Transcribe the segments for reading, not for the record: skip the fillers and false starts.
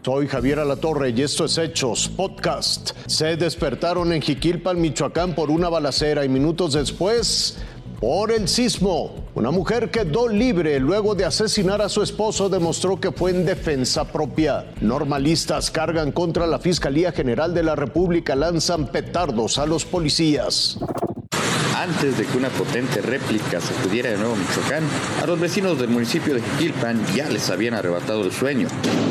Soy Javier Alatorre y esto es Hechos Podcast. Se despertaron en Jiquilpan, Michoacán, por una balacera y minutos después, por el sismo. Una mujer quedó libre luego de asesinar a su esposo, demostró que fue en defensa propia. Normalistas cargan contra la Fiscalía General de la República, lanzan petardos a los policías. Antes de que una potente réplica sacudiera de nuevo Michoacán, a los vecinos del municipio de Jiquilpan ya les habían arrebatado el sueño.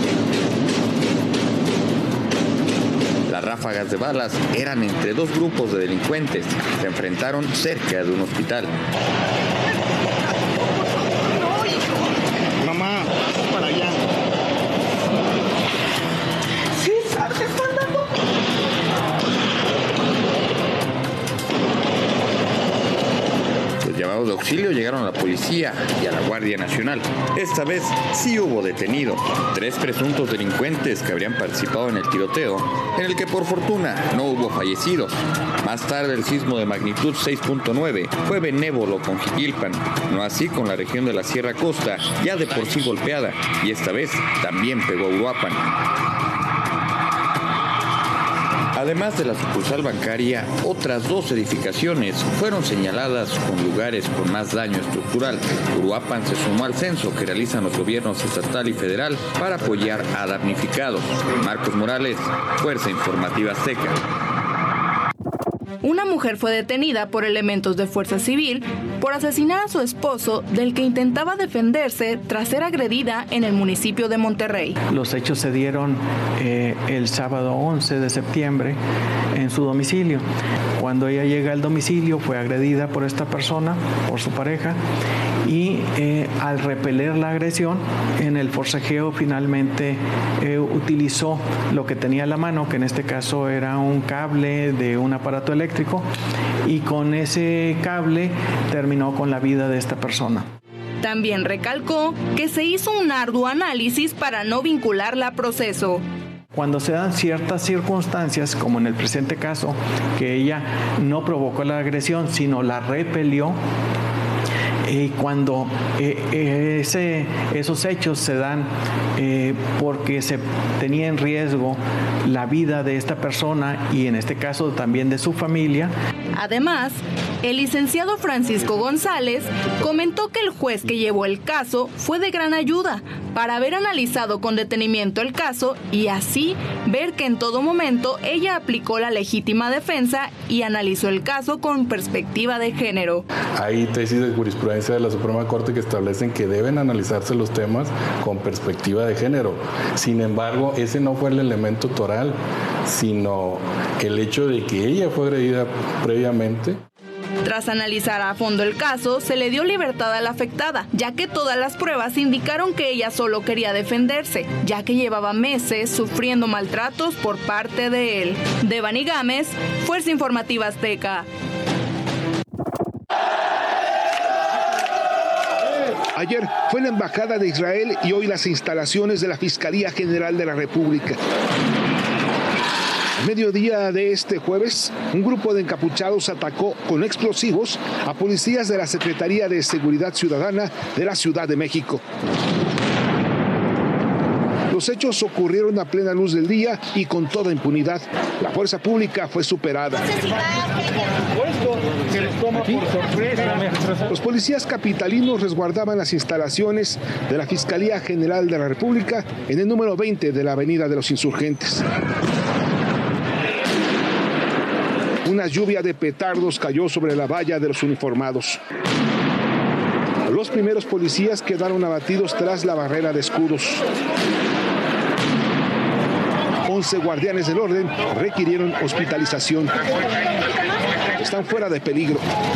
Las ráfagas de balas eran entre dos grupos de delincuentes que se enfrentaron cerca de un hospital. Mamá, para allá. César, te están dando. Los llamados de auxilio llegaron a la policía y a la Guardia Nacional. Esta vez sí hubo detenidos. 3 presuntos delincuentes que habrían participado en el tiroteo, en el que por fortuna no hubo fallecidos. Más tarde el sismo de magnitud 6.9 fue benévolo con Jiquilpan, no así con la región de la Sierra Costa, ya de por sí golpeada, y esta vez también pegó a Uruapan. Además de la sucursal bancaria, otras 2 edificaciones fueron señaladas con lugares con más daño estructural. Uruapan se sumó al censo que realizan los gobiernos estatal y federal para apoyar a damnificados. Marcos Morales, Fuerza Informativa Azteca. Una mujer fue detenida por elementos de Fuerza Civil por asesinar a su esposo, del que intentaba defenderse tras ser agredida en el municipio de Monterrey. Los hechos se dieron el sábado 11 de septiembre en su domicilio. Cuando ella llega al domicilio fue agredida por esta persona, por su pareja, y al repeler la agresión, en el forcejeo finalmente utilizó lo que tenía a la mano, que en este caso era un cable de un aparato eléctrico, y con ese cable terminó con la vida de esta persona. También recalcó que se hizo un arduo análisis para no vincularla a proceso. Cuando se dan ciertas circunstancias, como en el presente caso, que ella no provocó la agresión, sino la repelió, y cuando esos hechos se dan porque se tenía en riesgo la vida de esta persona y en este caso también de su familia. Además, el licenciado Francisco González comentó que el juez que llevó el caso fue de gran ayuda para haber analizado con detenimiento el caso y así ver que en todo momento ella aplicó la legítima defensa y analizó el caso con perspectiva de género. Hay tesis de jurisprudencia de la Suprema Corte que establecen que deben analizarse los temas con perspectiva de género. Sin embargo, ese no fue el elemento toral, sino el hecho de que ella fue agredida previamente. Tras analizar a fondo el caso, se le dio libertad a la afectada, ya que todas las pruebas indicaron que ella solo quería defenderse, ya que llevaba meses sufriendo maltratos por parte de él. Devani Gámez, Fuerza Informativa Azteca. Ayer fue la Embajada de Israel y hoy las instalaciones de la Fiscalía General de la República. A mediodía de este jueves, un grupo de encapuchados atacó con explosivos a policías de la Secretaría de Seguridad Ciudadana de la Ciudad de México. Los hechos ocurrieron a plena luz del día y con toda impunidad. La fuerza pública fue superada. Los policías capitalinos resguardaban las instalaciones de la Fiscalía General de la República en el número 20 de la Avenida de los Insurgentes. Una lluvia de petardos cayó sobre la valla de los uniformados. Los primeros policías quedaron abatidos tras la barrera de escudos. 11 guardianes del orden requirieron hospitalización. Están fuera de peligro.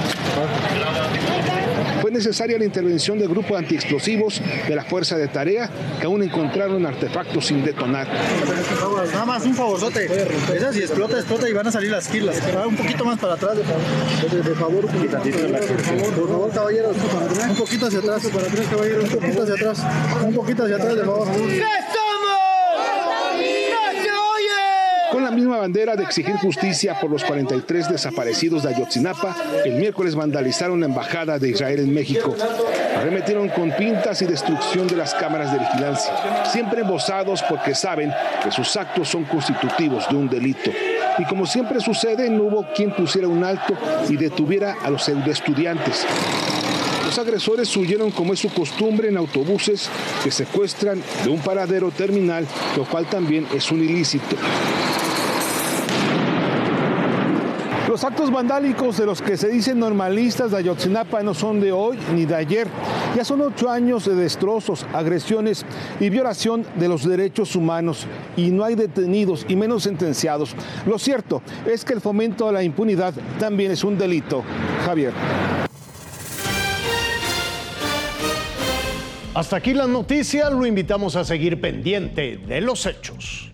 Fue necesaria la intervención del grupo antiexplosivos de la Fuerza de Tarea, que aún encontraron artefactos sin detonar. Nada más un favorzote. Esa si explota y van a salir las kilas. Un poquito más para atrás, de favor. Por favor, caballeros. Un poquito hacia atrás. Para atrás, caballeros. Un poquito hacia atrás. De favor. Con la misma misma bandera de exigir justicia por los 43 desaparecidos de Ayotzinapa, el miércoles vandalizaron la embajada de Israel en México. Arremetieron con pintas y destrucción de las cámaras de vigilancia, siempre embosados porque saben que sus actos son constitutivos de un delito. Y como siempre sucede, no hubo quien pusiera un alto y detuviera a los pseudoestudiantes. Los agresores huyeron, como es su costumbre, en autobuses que secuestran de un paradero terminal, lo cual también es un ilícito. Los actos vandálicos de los que se dicen normalistas de Ayotzinapa no son de hoy ni de ayer. Ya son 8 años de destrozos, agresiones y violación de los derechos humanos. Y no hay detenidos y menos sentenciados. Lo cierto es que el fomento a la impunidad también es un delito. Javier. Hasta aquí las noticias, lo invitamos a seguir pendiente de los hechos.